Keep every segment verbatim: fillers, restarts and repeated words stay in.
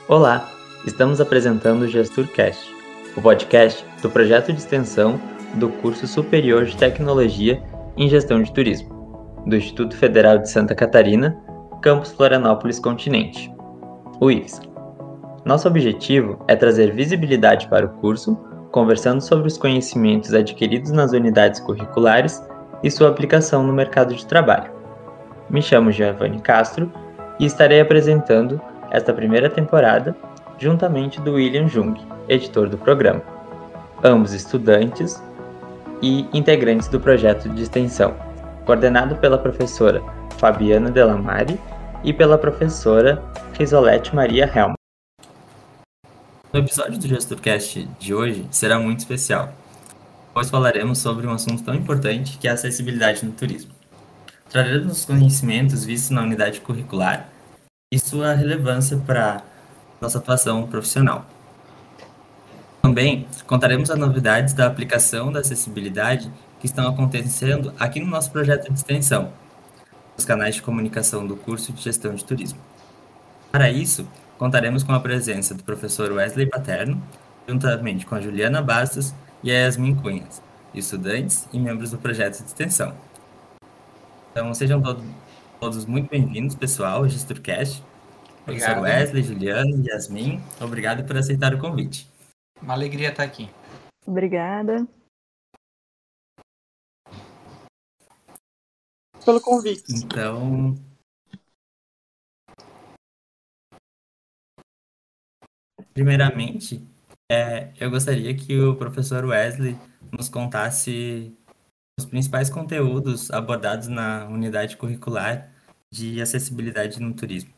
Olá, estamos apresentando o GesturCast, o podcast do projeto de extensão do curso superior de Tecnologia em Gestão de Turismo, do Instituto Federal de Santa Catarina, campus Florianópolis Continente, o I F S C. Nosso objetivo é trazer visibilidade para o curso, conversando sobre os conhecimentos adquiridos nas unidades curriculares e sua aplicação no mercado de trabalho. Me chamo Giovanni Castro e estarei apresentando esta primeira temporada juntamente do William Jung, editor do programa, ambos estudantes e integrantes do projeto de extensão, coordenado pela professora Fabiana Delamare e pela professora Risolete Maria Helma. O episódio do GesturCast de hoje será muito especial, pois falaremos sobre um assunto tão importante que é a acessibilidade no turismo. Traremos os conhecimentos vistos na unidade curricular e sua relevância para nossa atuação profissional. Também contaremos as novidades da aplicação da acessibilidade que estão acontecendo aqui no nosso projeto de extensão, nos canais de comunicação do curso de Gestão de Turismo. Para isso, contaremos com a presença do professor Wesley Paterno, juntamente com a Juliana Bastos e a Yasmin Cunhas, estudantes e membros do projeto de extensão. Então, sejam todos, todos muito bem-vindos, pessoal, ao GesturCast. Professor Obrigado. Wesley, Juliana e Yasmin, obrigado por aceitar o convite. Uma alegria estar aqui. Obrigada pelo convite. Então, primeiramente, é, eu gostaria que o professor Wesley nos contasse os principais conteúdos abordados na unidade curricular de acessibilidade no turismo.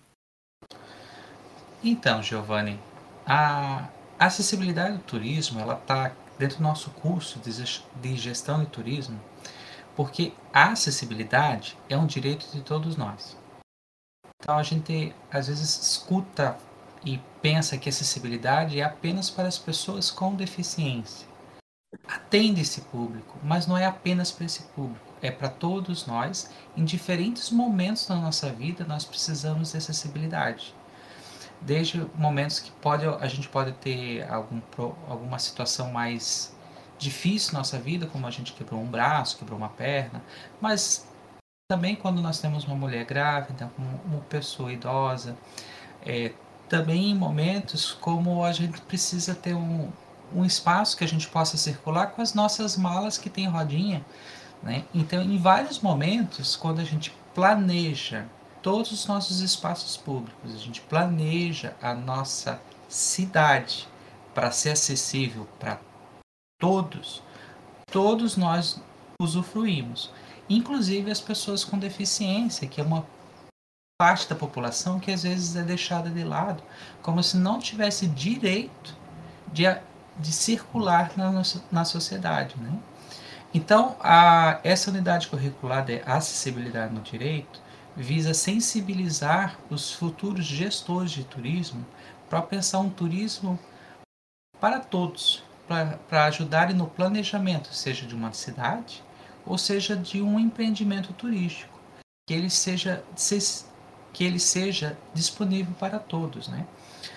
Então, Giovanni, a acessibilidade do turismo ela está dentro do nosso curso de gestão de turismo, porque a acessibilidade é um direito de todos nós. Então a gente às vezes escuta e pensa que acessibilidade é apenas para as pessoas com deficiência. Atende esse público, mas não é apenas para esse público, é para todos nós. Em diferentes momentos da nossa vida nós precisamos de acessibilidade. Desde momentos que pode, a gente pode ter algum, alguma situação mais difícil na nossa vida, como a gente quebrou um braço, quebrou uma perna, mas também quando nós temos uma mulher grávida, uma pessoa idosa, é, também em momentos como a gente precisa ter um, um espaço que a gente possa circular com as nossas malas que tem rodinha, né? Então, em vários momentos, quando a gente planeja todos os nossos espaços públicos, a gente planeja a nossa cidade para ser acessível para todos, todos nós usufruímos, inclusive as pessoas com deficiência, que é uma parte da população que às vezes é deixada de lado, como se não tivesse direito de, de circular na, na sociedade, né? Então, a, essa unidade curricular de acessibilidade no direito visa sensibilizar os futuros gestores de turismo para pensar um turismo para todos, para ajudarem no planejamento, seja de uma cidade ou seja de um empreendimento turístico, que ele seja, que ele seja disponível para todos, né?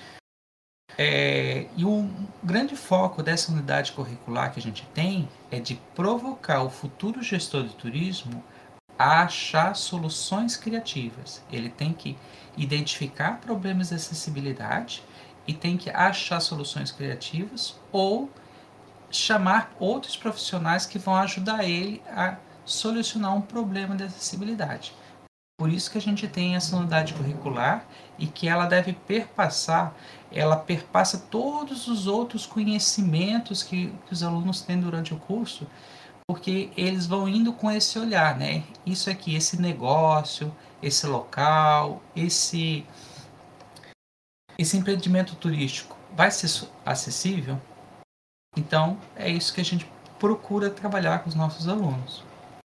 É, e o grande foco dessa unidade curricular que a gente tem é de provocar o futuro gestor de turismo a achar soluções criativas. Ele tem que identificar problemas de acessibilidade e tem que achar soluções criativas ou chamar outros profissionais que vão ajudar ele a solucionar um problema de acessibilidade. Por isso que a gente tem essa unidade curricular e que ela deve perpassar, ela perpassa todos os outros conhecimentos que, que os alunos têm durante o curso, porque eles vão indo com esse olhar, né? Isso aqui, esse negócio, esse local, esse, esse empreendimento turístico vai ser acessível? Então, é isso que a gente procura trabalhar com os nossos alunos.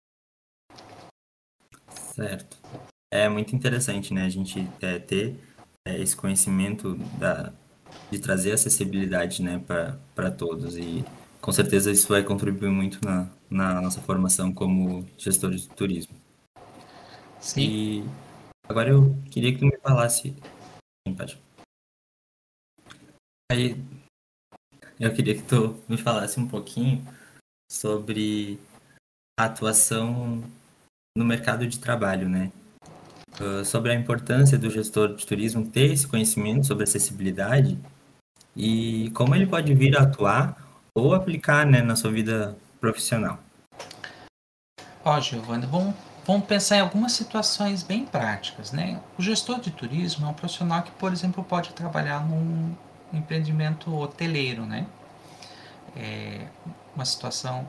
Certo. É muito interessante, né, a gente é, ter é, esse conhecimento da, de trazer acessibilidade, né, para todos, e com certeza isso vai contribuir muito na, na nossa formação como gestores de turismo. Sim. E agora eu queria que tu me falasse... Aí eu queria que tu me falasse um pouquinho sobre a atuação no mercado de trabalho, né? Uh, sobre a importância do gestor de turismo ter esse conhecimento sobre acessibilidade e como ele pode vir a atuar ou aplicar, né, na sua vida profissional. Ó, Giovana, vamos, vamos pensar em algumas situações bem práticas, né? O gestor de turismo é um profissional que, por exemplo, pode trabalhar num empreendimento hoteleiro, né? É uma situação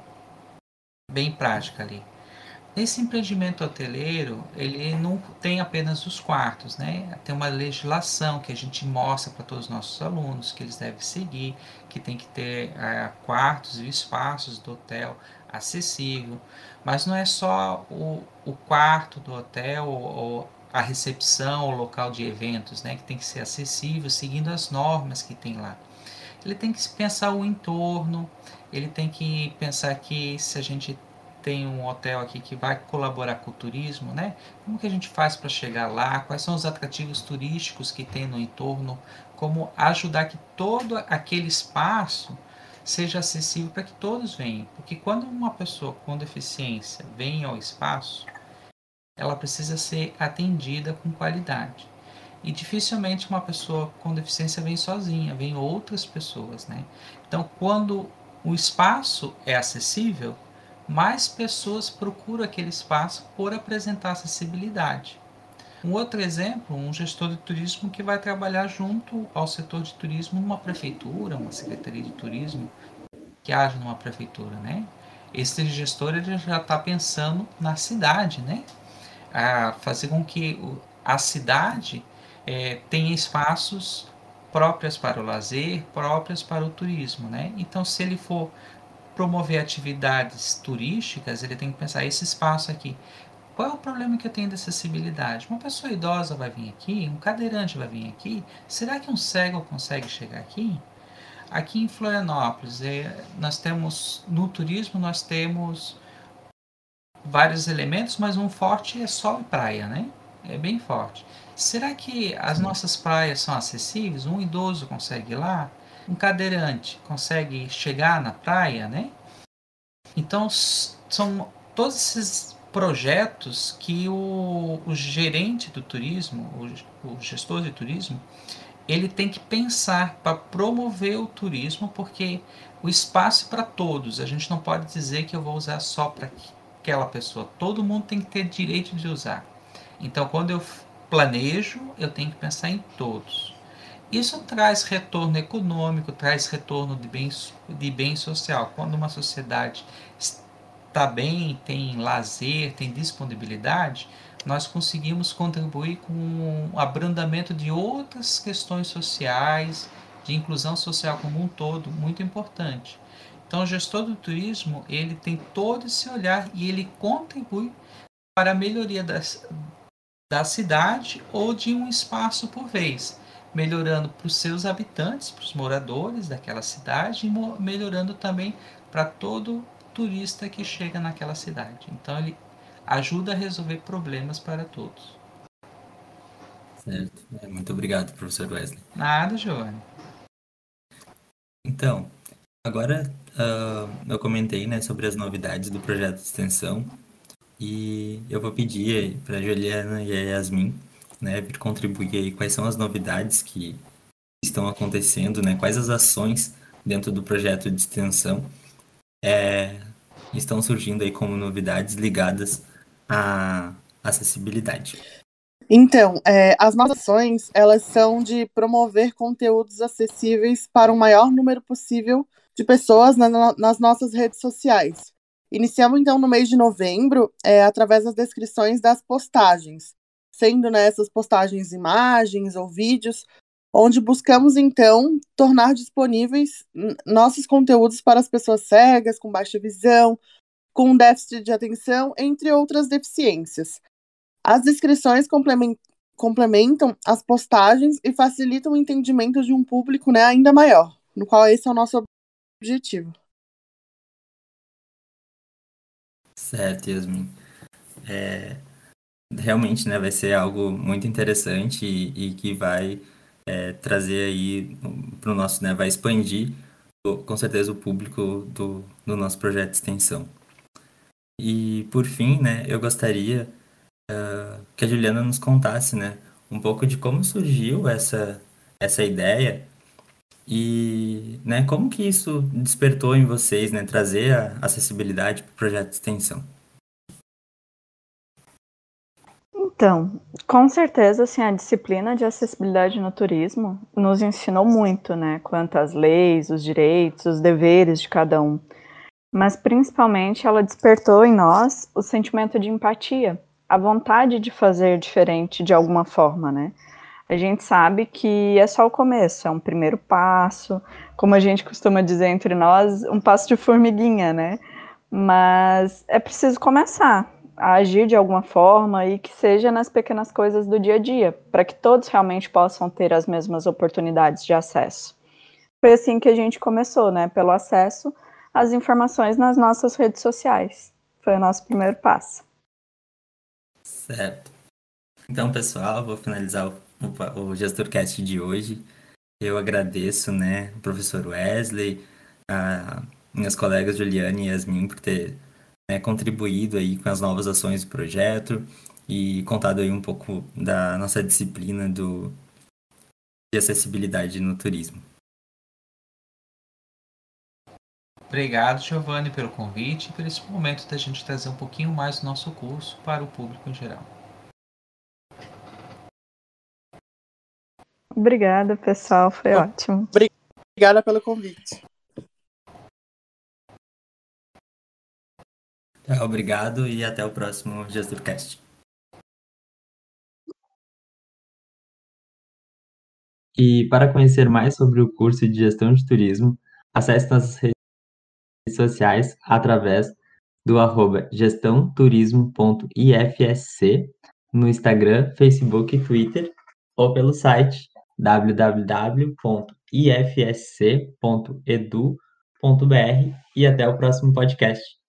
bem prática ali. Esse empreendimento hoteleiro, ele não tem apenas os quartos, né? Tem uma legislação que a gente mostra para todos os nossos alunos que eles devem seguir, que tem que ter é, quartos e espaços do hotel acessível. Mas não é só o, o quarto do hotel ou, ou a recepção, o local de eventos, né? Que tem que ser acessível, seguindo as normas que tem lá. Ele tem que pensar o entorno, ele tem que pensar que se a gente tem um hotel aqui que vai colaborar com o turismo, né? Como que a gente faz para chegar lá? Quais são os atrativos turísticos que tem no entorno? Como ajudar que todo aquele espaço seja acessível para que todos venham? Porque quando uma pessoa com deficiência vem ao espaço, ela precisa ser atendida com qualidade. E dificilmente uma pessoa com deficiência vem sozinha, vem outras pessoas, né? Então, quando o espaço é acessível, mais pessoas procuram aquele espaço por apresentar acessibilidade. Um outro exemplo, um gestor de turismo que vai trabalhar junto ao setor de turismo numa prefeitura, uma secretaria de turismo que age numa prefeitura, né? Esse gestor ele já está pensando na cidade, né? A fazer com que a cidade é, tenha espaços próprios para o lazer, próprios para o turismo, né? Então, se ele for promover atividades turísticas, ele tem que pensar esse espaço aqui. Qual é o problema que eu tenho de acessibilidade? Uma pessoa idosa vai vir aqui, um cadeirante vai vir aqui. Será que um cego consegue chegar aqui? Aqui em Florianópolis, é, nós temos no turismo nós temos vários elementos, mas um forte é sol e praia, né? É bem forte. Será que as nossas praias são acessíveis? Um idoso consegue ir lá? Um cadeirante consegue chegar na praia, né? Então, são todos esses projetos que o, o gerente do turismo, o, o gestor de turismo, ele tem que pensar para promover o turismo, porque o espaço é para todos. A gente não pode dizer que eu vou usar só para aquela pessoa. Todo mundo tem que ter direito de usar. Então, quando eu planejo, eu tenho que pensar em todos. Isso traz retorno econômico, traz retorno de bem, de bem social. Quando uma sociedade está bem, tem lazer, tem disponibilidade, nós conseguimos contribuir com o abrandamento de outras questões sociais, de inclusão social como um todo, muito importante. Então, o gestor do turismo, ele tem todo esse olhar e ele contribui para a melhoria das, da cidade ou de um espaço por vez, melhorando para os seus habitantes, para os moradores daquela cidade e melhorando também para todo turista que chega naquela cidade. Então ele ajuda a resolver problemas para todos. Certo. É, muito obrigado, professor Wesley. Nada, Giovanni. Então, agora uh, eu comentei, né, sobre as novidades do projeto de extensão e eu vou pedir para a Juliana e a Yasmin, né, vir contribuir aí quais são as novidades que estão acontecendo, né, quais as ações dentro do projeto de extensão é, estão surgindo aí como novidades ligadas à acessibilidade. Então, é, as nossas ações, elas são de promover conteúdos acessíveis para o maior número possível de pessoas na, na, nas nossas redes sociais. Iniciamos, então, no mês de novembro, é, através das descrições das postagens, sendo nessas né, postagens imagens ou vídeos, onde buscamos, então, tornar disponíveis nossos conteúdos para as pessoas cegas, com baixa visão, com déficit de atenção, entre outras deficiências. As descrições complementam as postagens e facilitam o entendimento de um público né, ainda maior, no qual esse é o nosso objetivo. Certo, Yasmin. É, realmente, né, vai ser algo muito interessante e, e que vai é, trazer aí para o nosso, né, vai expandir com certeza o público do, do nosso projeto de extensão. E por fim, né, eu gostaria uh, que a Juliana nos contasse, né, um pouco de como surgiu essa, essa ideia e, né, como que isso despertou em vocês, né, trazer a acessibilidade para o projeto de extensão. Então, com certeza, assim, a disciplina de acessibilidade no turismo nos ensinou muito, né, quanto às leis, os direitos, os deveres de cada um. Mas, principalmente, ela despertou em nós o sentimento de empatia, a vontade de fazer diferente de alguma forma, né? A gente sabe que é só o começo, é um primeiro passo, como a gente costuma dizer entre nós, um passo de formiguinha, né? Mas é preciso começar a agir de alguma forma e que seja nas pequenas coisas do dia a dia, para que todos realmente possam ter as mesmas oportunidades de acesso. Foi assim que a gente começou, né? Pelo acesso às informações nas nossas redes sociais. Foi o nosso primeiro passo. Certo. Então, pessoal, vou finalizar o, o, o GestorCast de hoje. Eu agradeço, né, o professor Wesley, a minhas colegas Juliane e Yasmin por ter, né, contribuído aí com as novas ações do projeto e contado aí um pouco da nossa disciplina do, de acessibilidade no turismo. Obrigado, Giovanni, pelo convite e por esse momento da gente trazer um pouquinho mais do nosso curso para o público em geral. Obrigada, pessoal, foi ótimo. Obrigada pelo convite. Obrigado e até o próximo GestorCast. E para conhecer mais sobre o curso de Gestão de Turismo, acesse nossas redes sociais através do arroba gestãoturismo ponto I F S C no Instagram, Facebook e Twitter, ou pelo site w w w ponto i f s c ponto edu ponto b r e até o próximo podcast.